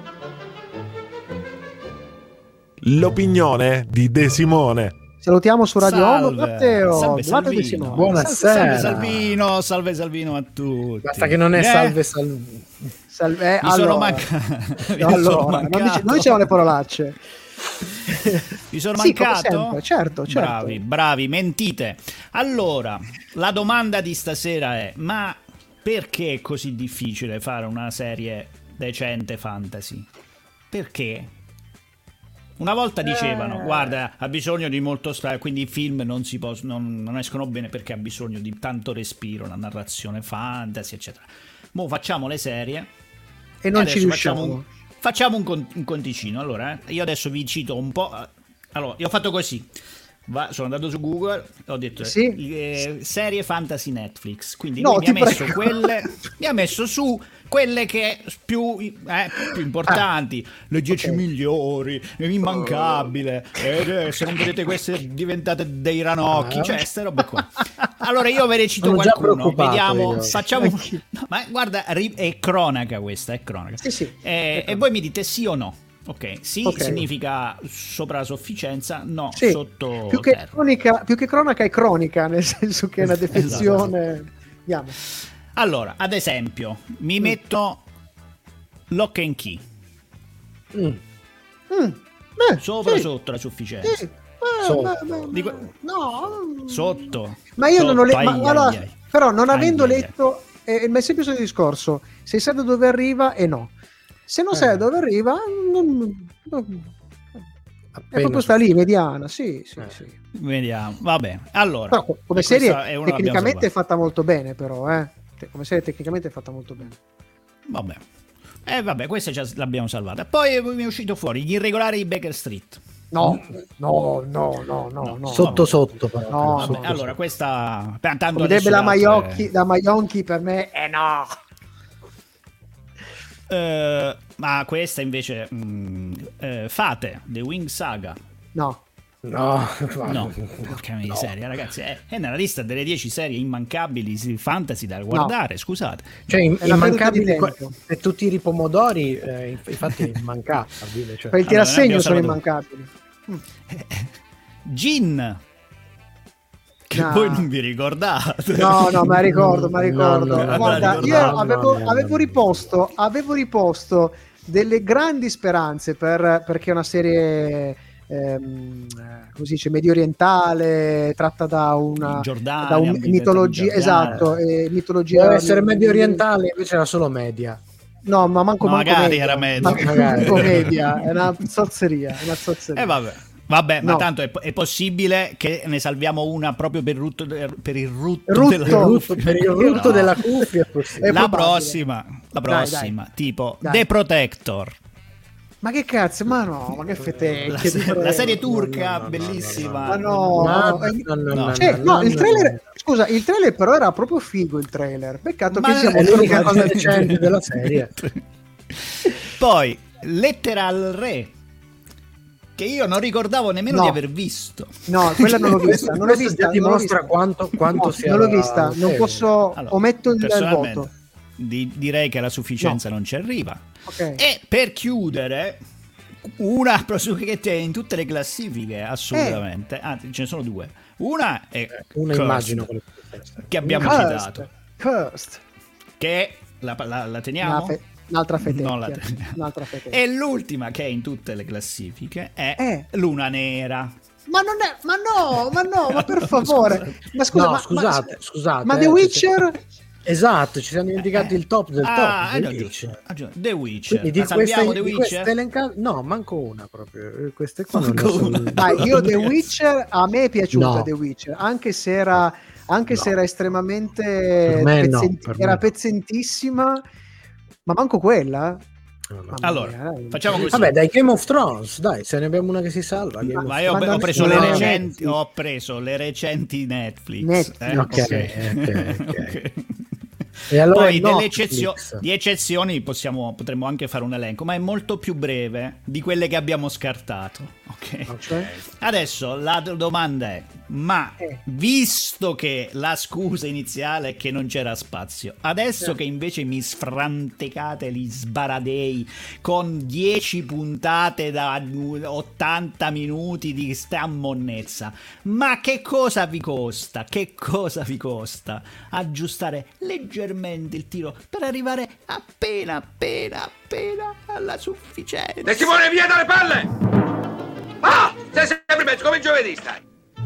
L'opinione di De Simone. Salutiamo su Radio Home Matteo. Salve Salvino. Buonasera. Salve Salvino a tutti. Basta che non è salve. Mi sono mancato. Non diciamo le parolacce. Vi sono mancato? Certo. Bravi, mentite. Allora, la domanda di stasera è: ma perché è così difficile fare una serie decente fantasy? Perché? Una volta dicevano, guarda, ha bisogno di molto quindi i film non escono bene perché ha bisogno di tanto respiro, la narrazione fantasy, eccetera. Mo facciamo le serie e non ci riusciamo. Facciamo un conticino. Allora, io adesso vi cito un po'. Allora, io ho fatto così. Sono andato su Google, ho detto serie fantasy Netflix, quindi lui mi ha messo su quelle che più importanti, le 10 migliori, immancabile, se non vedete queste diventate dei ranocchi, cioè queste robe qua. Allora io ve ne cito qualcuno, vediamo, facciamo. Ma guarda, è cronaca questa, è cronaca. Sì. E voi mi dite sì o no. Ok, sì, significa sopra la sufficienza, no, sì, sotto più che cronaca è cronica, nel senso che è una definizione. Andiamo. Allora, ad esempio, mi metto Lock and Key. Sotto la sufficienza. Sotto. Ma io non ho letto. Però non avendo letto, è il semplice discorso: se sai da dove arriva e no. Se non sai dove arriva, è proprio sta lì, mediana. Sì. Vediamo, vabbè. Allora, però, come serie tecnicamente è fatta molto bene, però, come serie tecnicamente è fatta molto bene. Vabbè, questa già l'abbiamo salvata. Poi mi è uscito fuori Gli irregolari di Baker Street. No. Sotto però. No, sotto. Allora, questa tanto vedrebbe la Maionchi per me no. Ma questa invece Fate, The Wing Saga. No, porca miseria, ragazzi, è nella lista delle 10 serie immancabili fantasy da guardare, scusate. Cioè immancabili per tutti i pomodori, infatti è immancabile, cioè. Per il tirassegno sono immancabili. Gin, che voi non vi ricordate. No, ma ricordo. Guarda, io avevo riposto delle grandi speranze perché è una serie come si dice, medio orientale, tratta da una mitologia, esatto, mitologia. Deve essere medio orientale, invece era solo media. No, ma magari era media. Manco media, è una zozzeria. Vabbè, no. Ma tanto è possibile che ne salviamo una proprio per il rutto della cuffia. La prossima La prossima, dai. tipo Dai. The Protector. Ma che cazzo, ma no, ma che fetecchie. La serie turca, bellissima. Ma no, il trailer, scusa, il trailer però era proprio figo il trailer. Peccato che siamo l'unica cosa decente della serie. Poi Lettera al Re, che io non ricordavo nemmeno di aver visto. No, quella non l'ho vista. Non l'ho vista. Dimostra quanto sia. Non l'ho vista. Non posso. Ometto il voto. Direi che la sufficienza non ci arriva. Okay. E per chiudere, una che è in tutte le classifiche, assolutamente. Anzi, ce ne sono due. Una è immagino che abbiamo citato. Cursed. Che la teniamo? Un'altra fetecchia. Un'altra fetecchia. E l'ultima che è in tutte le classifiche è Luna Nera. Ma non è, ma per favore. Ma scusa, no, scusate. Ma The Witcher? Esatto, ci siamo dimenticati il top del top. The Witcher. Quindi The Witcher? No, manco una proprio. Queste qua Dai, io The Witcher, a me è piaciuta The Witcher, anche se era estremamente era pezzentissima, ma manco quella. Allora, facciamo così. Vabbè, dai, Game of Thrones, dai, se ne abbiamo una che si salva. Ma io ho preso le recenti Netflix. Ok. E allora poi di eccezioni potremmo anche fare un elenco, ma è molto più breve di quelle che abbiamo scartato. Okay. Adesso la domanda è: ma visto che la scusa iniziale è che non c'era spazio, adesso che invece mi sfrantecate gli sbaradei con 10 puntate da 80 minuti di sta monnezza, ma che cosa vi costa? Aggiustare leggermente il tiro per arrivare appena alla sufficienza. Te Simone, via dalle palle! Ah! Sei sempre mezzo come giovedì stai!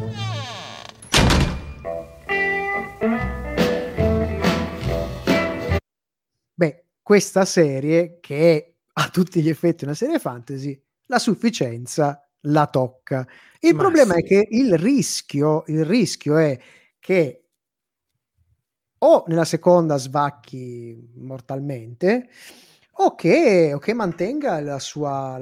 Beh, questa serie, che è a tutti gli effetti una serie fantasy, la sufficienza la tocca. Il problema è che il rischio è che o nella seconda svacchi mortalmente o che mantenga la sua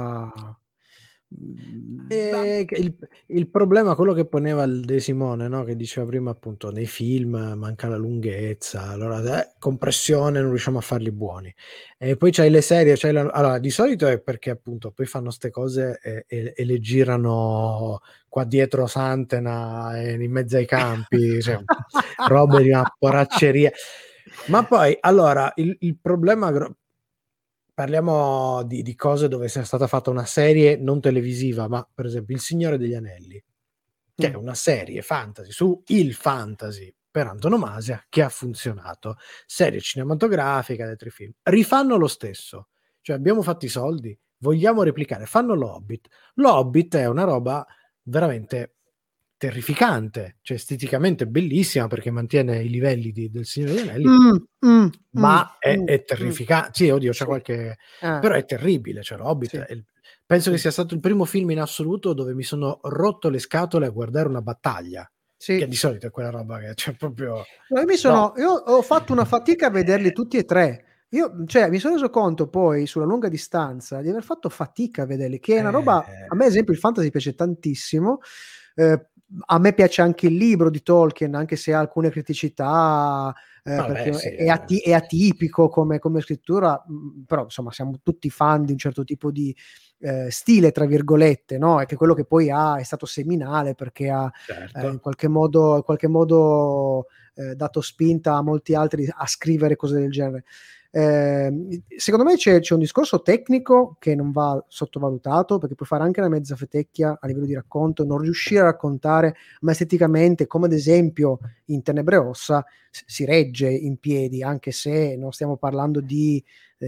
il problema, quello che poneva il De Simone, no? Che diceva prima, appunto, nei film manca la lunghezza, allora compressione, non riusciamo a farli buoni, e poi c'hai le serie, allora di solito è perché appunto poi fanno ste cose e le girano qua dietro Santena in mezzo ai campi, cioè, robe di una poracceria. Ma poi allora il problema, parliamo di cose dove sia stata fatta una serie non televisiva, ma per esempio Il Signore degli Anelli, che è una serie fantasy su il fantasy per antonomasia, che ha funzionato, serie cinematografica, altri film, rifanno lo stesso, cioè abbiamo fatto i soldi, vogliamo replicare, fanno l'Hobbit è una roba veramente terrificante, cioè esteticamente bellissima perché mantiene i livelli del Signore degli Anelli, ma è terrificante. Sì, oddio, c'è qualche però è terribile, cioè Hobbit penso che sia stato il primo film in assoluto dove mi sono rotto le scatole a guardare una battaglia, che di solito è quella roba che c'è proprio. Io ho fatto una fatica a vederli tutti e tre. Io mi sono reso conto poi sulla lunga distanza di aver fatto fatica a vederli, che è una roba, a me ad esempio il fantasy piace tantissimo, a me piace anche il libro di Tolkien, anche se ha alcune criticità, perché è atipico come scrittura, però insomma siamo tutti fan di un certo tipo di stile, tra virgolette, no? È che quello che poi è stato seminale, perché ha in qualche modo dato spinta a molti altri a scrivere cose del genere. Secondo me c'è un discorso tecnico che non va sottovalutato, perché puoi fare anche una mezza fetecchia a livello di racconto, non riuscire a raccontare, ma esteticamente, come ad esempio in Tenebre Rossa, si regge in piedi, anche se non stiamo parlando di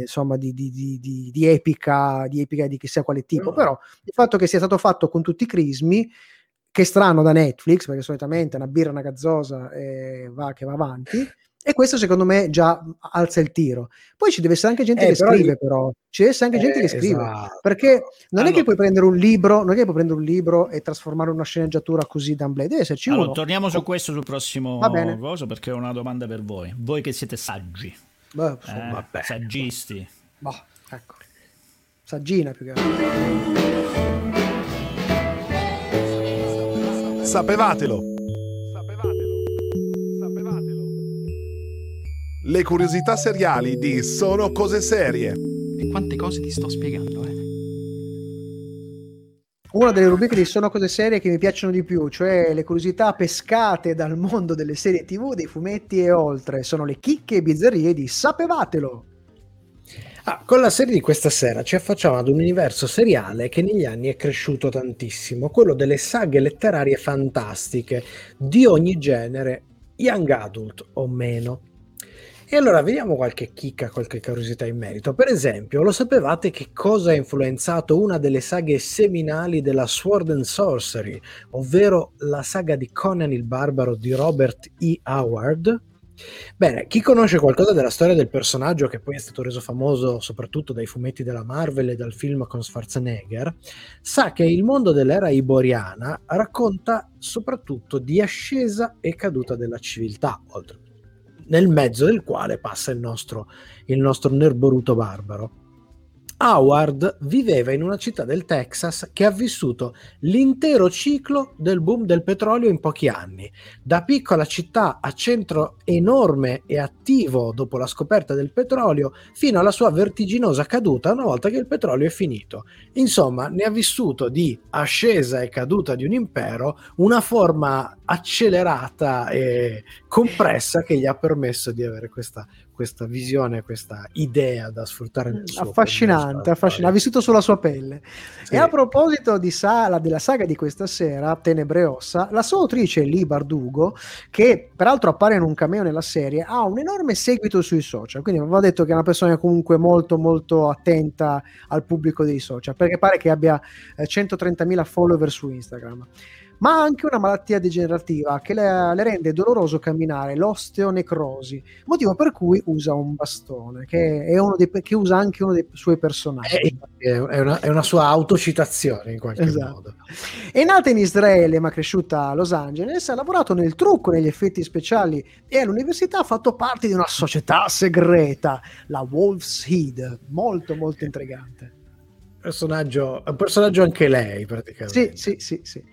epica di chissà quale tipo, però il fatto che sia stato fatto con tutti i crismi, che è strano da Netflix, perché solitamente una birra, una gazzosa che va avanti. E questo secondo me già alza il tiro. Poi ci deve essere anche gente che scrive, però ci deve essere anche gente che scrive, perché non è che puoi prendere un libro e trasformare una sceneggiatura così d'amblè, deve esserci uno. Torniamo su questo sul prossimo coso, perché ho una domanda per voi che siete saggi. Beh, vabbè. Saggisti. Boh, ecco. Saggina più che altro. Sapevatelo. Le curiosità seriali di Sono Cose Serie. E quante cose ti sto spiegando, Una delle rubriche di Sono Cose Serie che mi piacciono di più, cioè le curiosità pescate dal mondo delle serie TV, dei fumetti e oltre, sono le chicche e bizzarrie di Sapevatelo. Con la serie di questa sera ci affacciamo ad un universo seriale che negli anni è cresciuto tantissimo, quello delle saghe letterarie fantastiche di ogni genere, young adult o meno. E allora vediamo qualche chicca, qualche curiosità in merito. Per esempio, lo sapevate che cosa ha influenzato una delle saghe seminali della Sword and Sorcery, ovvero la saga di Conan il Barbaro di Robert E. Howard? Bene, chi conosce qualcosa della storia del personaggio, che poi è stato reso famoso soprattutto dai fumetti della Marvel e dal film con Schwarzenegger, sa che il mondo dell'era iboriana racconta soprattutto di ascesa e caduta della civiltà, oltre nel mezzo del quale passa il nostro nerboruto barbaro. Howard viveva in una città del Texas che ha vissuto l'intero ciclo del boom del petrolio in pochi anni, da piccola città a centro enorme e attivo dopo la scoperta del petrolio, fino alla sua vertiginosa caduta una volta che il petrolio è finito. Insomma, ne ha vissuto di ascesa e caduta di un impero una forma accelerata e compressa che gli ha permesso di avere questa visione, questa idea da sfruttare nel suo affascinante, ha vissuto sulla sua pelle. Sì. E a proposito della saga di questa sera, Tenebreossa, la sua autrice Leigh Bardugo, che peraltro appare in un cameo nella serie, ha un enorme seguito sui social, quindi avevo detto che è una persona comunque molto molto attenta al pubblico dei social, perché pare che abbia 130.000 follower su Instagram. Ma ha anche una malattia degenerativa che le rende doloroso camminare, l'osteonecrosi, motivo per cui usa un bastone, che usa anche uno dei suoi personaggi. È una sua autocitazione in qualche modo. È nata in Israele ma cresciuta a Los Angeles, ha lavorato nel trucco, negli effetti speciali e all'università ha fatto parte di una società segreta, la Wolf's Heed, molto molto intrigante. Un personaggio anche lei praticamente. Sì.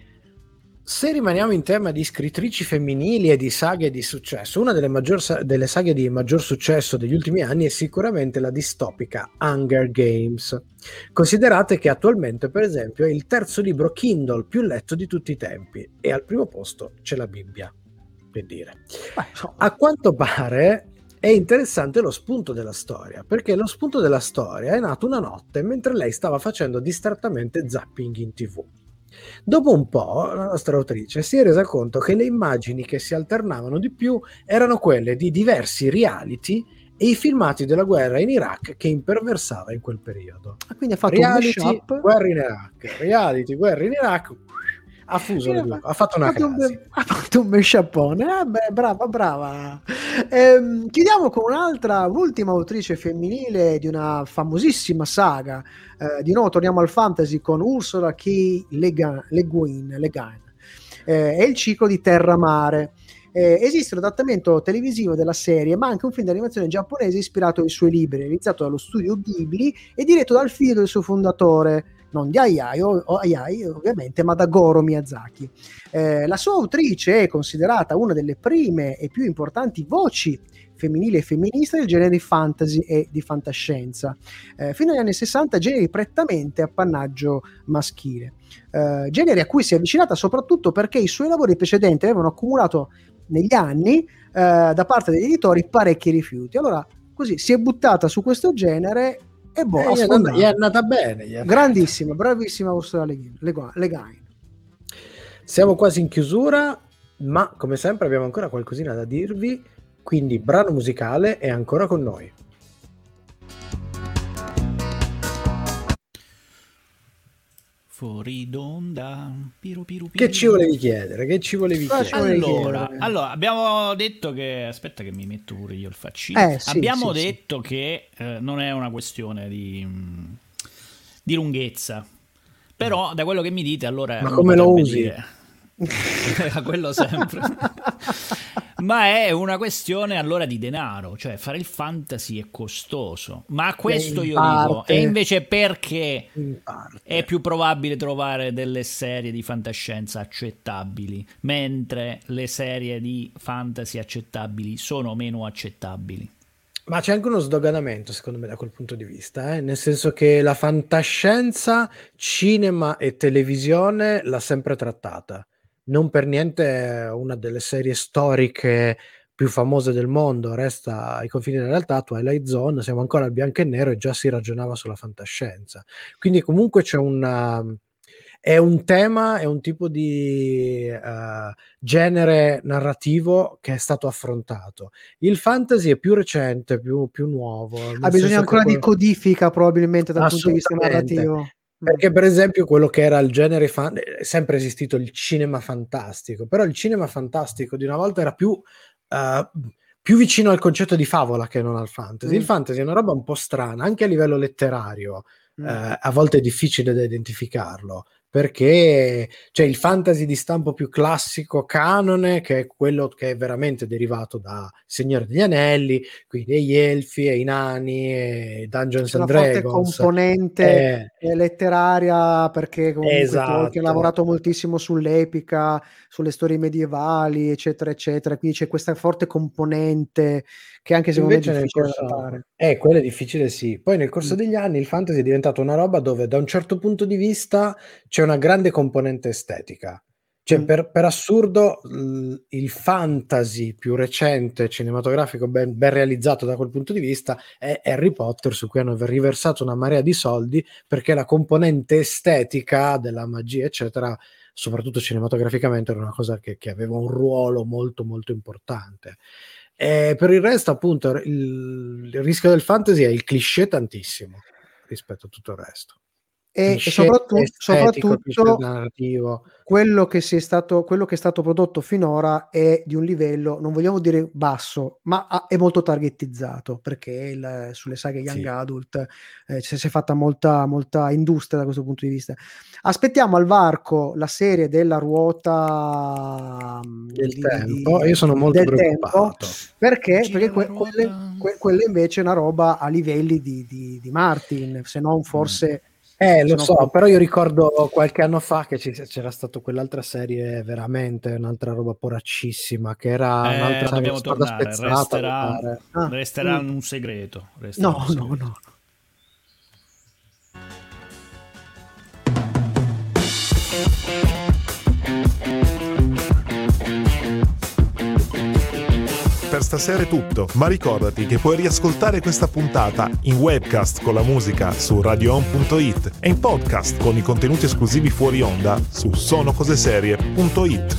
Se rimaniamo in tema di scrittrici femminili e di saghe di successo, una delle saghe di maggior successo degli ultimi anni è sicuramente la distopica Hunger Games. Considerate che attualmente, per esempio, è il terzo libro Kindle più letto di tutti i tempi e al primo posto c'è la Bibbia, per dire. A quanto pare è interessante lo spunto della storia, perché lo spunto della storia è nato una notte mentre lei stava facendo distrattamente zapping in TV. Dopo un po' la nostra autrice si è resa conto che le immagini che si alternavano di più erano quelle di diversi reality e i filmati della guerra in Iraq che imperversava in quel periodo. Quindi ha fatto reality, un mashup. guerra in Iraq, reality, guerra in Iraq, ha fuso le due, ha fatto una crasi. Ha fatto un mashupone. Brava. Chiudiamo con un'ultima autrice femminile di una famosissima saga. Di nuovo torniamo al fantasy con Ursula K. Le Guin. È il ciclo di Terra Mare. Esiste un adattamento televisivo della serie, ma anche un film di animazione giapponese ispirato ai suoi libri, realizzato dallo studio Ghibli e diretto dal figlio del suo fondatore, non di Hayao ovviamente, ma da Goro Miyazaki. La sua autrice è considerata una delle prime e più importanti voci femminili e femministe del genere di fantasy e di fantascienza. Fino agli anni 60 generi prettamente appannaggio maschile. Generi a cui si è avvicinata soprattutto perché i suoi lavori precedenti avevano accumulato negli anni da parte degli editori parecchi rifiuti. Allora così si è buttata su questo genere e gli è andata bene. Grandissima, bravissima Ursula Le Guin. Siamo quasi in chiusura, ma come sempre abbiamo ancora qualcosina da dirvi, quindi brano musicale è ancora con noi. Fuori d'onda, piru. Che ci volevi chiedere? Allora, abbiamo detto che... Aspetta che mi metto pure io il faccino. Abbiamo detto che non è una questione di lunghezza. Però, da quello che mi dite, allora... Ma come lo usi? A quello sempre. Ma è una questione allora di denaro, cioè fare il fantasy è costoso, ma questo io dico, e invece perché è più probabile trovare delle serie di fantascienza accettabili, mentre le serie di fantasy accettabili sono meno accettabili? Ma c'è anche uno sdoganamento, secondo me, da quel punto di vista, nel senso che la fantascienza, cinema e televisione l'ha sempre trattata. Non per niente una delle serie storiche più famose del mondo resta ai confini della realtà, Twilight Zone, siamo ancora al bianco e nero e già si ragionava sulla fantascienza. Quindi comunque c'è è un tema, è un tipo di genere narrativo che è stato affrontato. Il fantasy è più recente, più nuovo. Ha bisogno ancora di codifica probabilmente dal punto di vista narrativo. Perché per esempio quello che era il genere è sempre esistito il cinema fantastico, però il cinema fantastico di una volta era più vicino al concetto di favola che non al fantasy. Il fantasy è una roba un po' strana, anche a livello letterario, a volte è difficile da identificarlo, perché c'è il fantasy di stampo più classico, canone, che è quello che è veramente derivato da Signore degli Anelli, quindi gli elfi e i nani e Dungeons and Dragons. C'è una forte componente letteraria, perché comunque Tolkien ha lavorato moltissimo sull'epica, sulle storie medievali, eccetera, eccetera, quindi c'è questa forte componente che anche secondo me è difficile da fare. Quello è difficile, sì. Poi nel corso degli anni il fantasy è diventato una roba dove da un certo punto di vista c'è una grande componente estetica. Cioè, per assurdo, il fantasy più recente cinematografico ben realizzato da quel punto di vista è Harry Potter, su cui hanno riversato una marea di soldi, perché la componente estetica della magia, eccetera, soprattutto cinematograficamente, era una cosa che aveva un ruolo molto molto importante. Per il resto, appunto, il rischio del fantasy è il cliché tantissimo rispetto a tutto il resto. E soprattutto quello che è stato prodotto finora è di un livello, non vogliamo dire basso, ma è molto targetizzato, perché sulle saghe Young Adult si è fatta molta industria da questo punto di vista. Aspettiamo al varco la serie della ruota del tempo. Io sono molto preoccupato perché quella invece è una roba a livelli di Martin, se non forse lo so, però io ricordo qualche anno fa che c'era stato quell'altra serie, veramente un'altra roba poraccissima, che era un'altra dobbiamo tornare, resterà un segreto. No. Per stasera è tutto, ma ricordati che puoi riascoltare questa puntata in webcast con la musica su radioon.it e in podcast con i contenuti esclusivi fuori onda su sonocoseserie.it.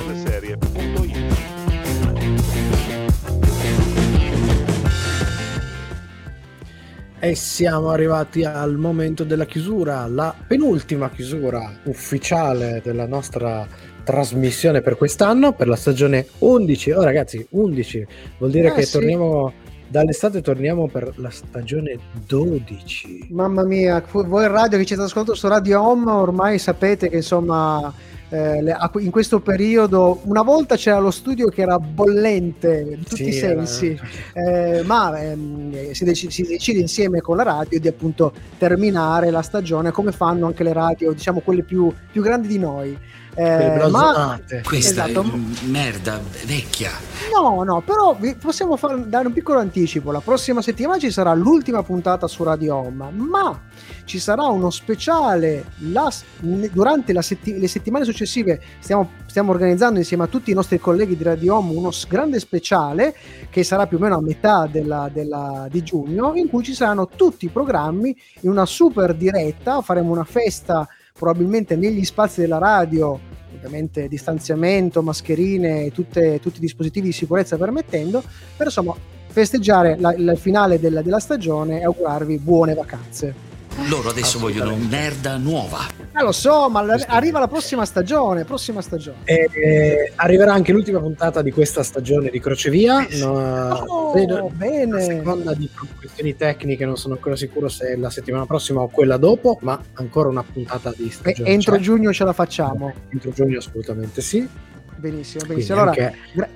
E siamo arrivati al momento della chiusura, la penultima chiusura ufficiale della nostra trasmissione per quest'anno, per la stagione 11. Oh ragazzi, 11 vuol dire che torniamo dall'estate, torniamo per la stagione 12. Mamma mia, voi in radio che ci state ascoltando su Radio Home ormai sapete che insomma in questo periodo una volta c'era lo studio che era bollente in tutti i sensi, ma si decide insieme con la radio di appunto terminare la stagione, come fanno anche le radio, diciamo quelle più grandi di noi. Ma questa è merda vecchia. No, però possiamo dare un piccolo anticipo. La prossima settimana ci sarà l'ultima puntata su Radio Home, ma ci sarà uno speciale durante le settimane successive. Stiamo organizzando insieme a tutti i nostri colleghi di Radio Home uno grande speciale che sarà più o meno a metà di giugno, in cui ci saranno tutti i programmi in una super diretta. Faremo una festa probabilmente negli spazi della radio, ovviamente distanziamento, mascherine, tutti i dispositivi di sicurezza permettendo, per insomma festeggiare il finale della stagione e augurarvi buone vacanze. Loro adesso vogliono merda nuova. Lo so, ma arriva la prossima stagione. Arriverà anche l'ultima puntata di questa stagione di Crocevia. Bene. A seconda di questioni tecniche non sono ancora sicuro se la settimana prossima o quella dopo, ma ancora una puntata di stagione. Entro giugno ce la facciamo. Entro giugno assolutamente sì. Benissimo. Allora,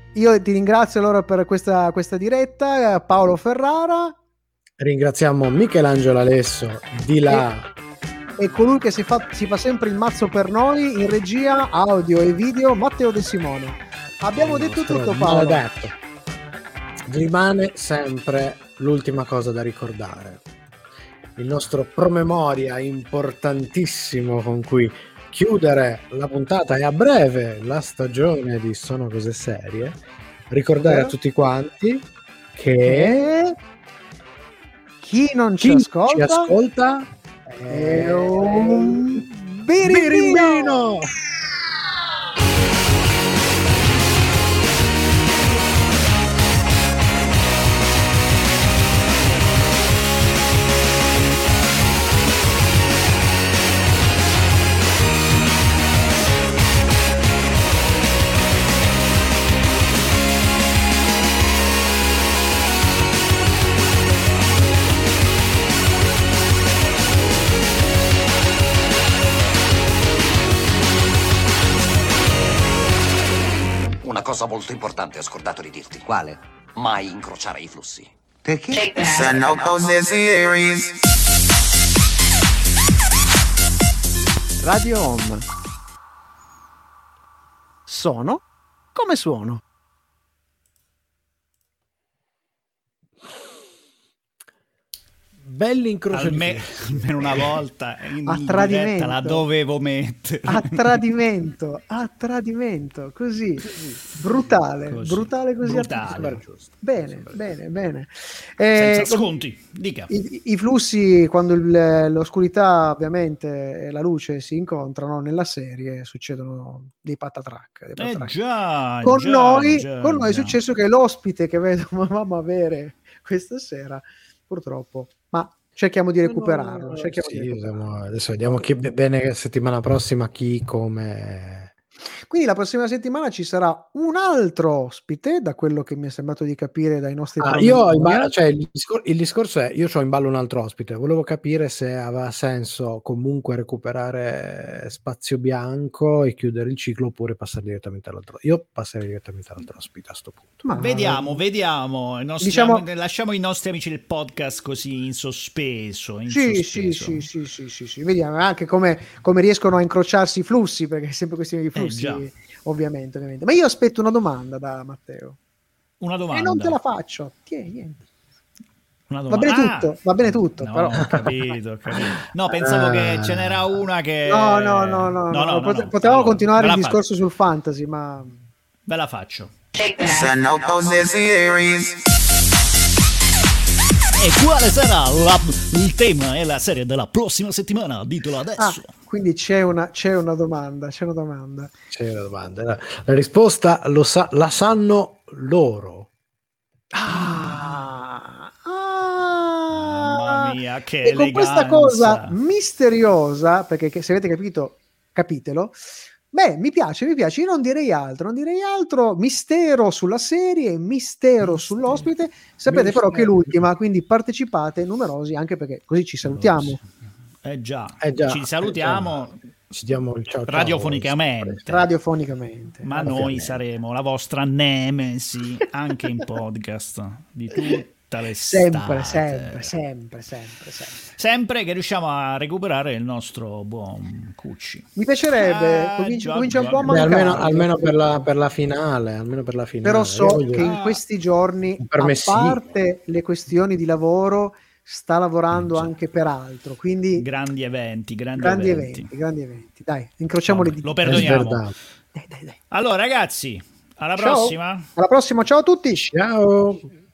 io ti ringrazio allora per questa diretta, Paolo Ferrara. Ringraziamo Michelangelo Alesso di là. E colui che si fa sempre il mazzo per noi in regia, audio e video, Matteo De Simone. Abbiamo detto tutto, Paolo. Detto. Rimane sempre l'ultima cosa da ricordare. Il nostro promemoria importantissimo con cui chiudere la puntata e a breve la stagione di Sono Cose Serie. Ricordare a tutti quanti che chi non ci ascolta è un birimbino. Una cosa molto importante ho scordato di dirti. Quale? Mai incrociare i flussi. Perché? Radio Home. Sono come suono. Belli incroci almeno una volta a tradimento la dovevo mettere a tradimento così brutale così. Bene senza sconti, dica. I flussi, quando l'oscurità ovviamente e la luce si incontrano nella serie, succedono dei patatrack. Con noi è successo che l'ospite che vedevamo avere questa sera, purtroppo, ma cerchiamo di recuperarlo. Adesso vediamo bene settimana prossima chi come. Quindi la prossima settimana ci sarà un altro ospite, da quello che mi è sembrato di capire dai nostri il discorso è, io ho in ballo un altro ospite, volevo capire se aveva senso comunque recuperare Spazio Bianco e chiudere il ciclo oppure passare direttamente all'altro. Io passerei direttamente all'altro ospite a sto punto. Ma vediamo lasciamo i nostri amici del podcast così in sospeso. Sì, vediamo anche come riescono a incrociarsi i flussi, perché è sempre questione di flussi. Ovviamente. Ma io aspetto una domanda da Matteo. Una domanda? E non te la faccio. Niente. Va bene tutto. No, però. Ho capito. No, pensavo che ce n'era una che... No. Potevamo continuare il discorso sul fantasy, ma... Ve la faccio. E quale sarà il tema e la serie della prossima settimana? Ditelo adesso. Quindi c'è una domanda. La risposta la sanno loro. Mamma mia, che e con questa cosa misteriosa, perché se avete capito, capitelo. Beh, mi piace, io non direi altro, mistero sulla serie, mistero sull'ospite, sapete però che è l'ultima, quindi partecipate numerosi, anche perché così ci salutiamo. Già. Ci salutiamo, ci diamo il ciao radiofonicamente, ma noi saremo la vostra nemesi anche in podcast di tutta l'estate. Sempre che riusciamo a recuperare il nostro buon Cucci. Mi piacerebbe, comincia un po' a mancare. Almeno per la finale. Però so che in questi giorni, a parte le questioni di lavoro, sta lavorando anche per altro, quindi grandi eventi. Dai, incrociamo le dita. Lo perdoniamo. Dai. Allora ragazzi, alla prossima. Ciao a tutti. Ciao.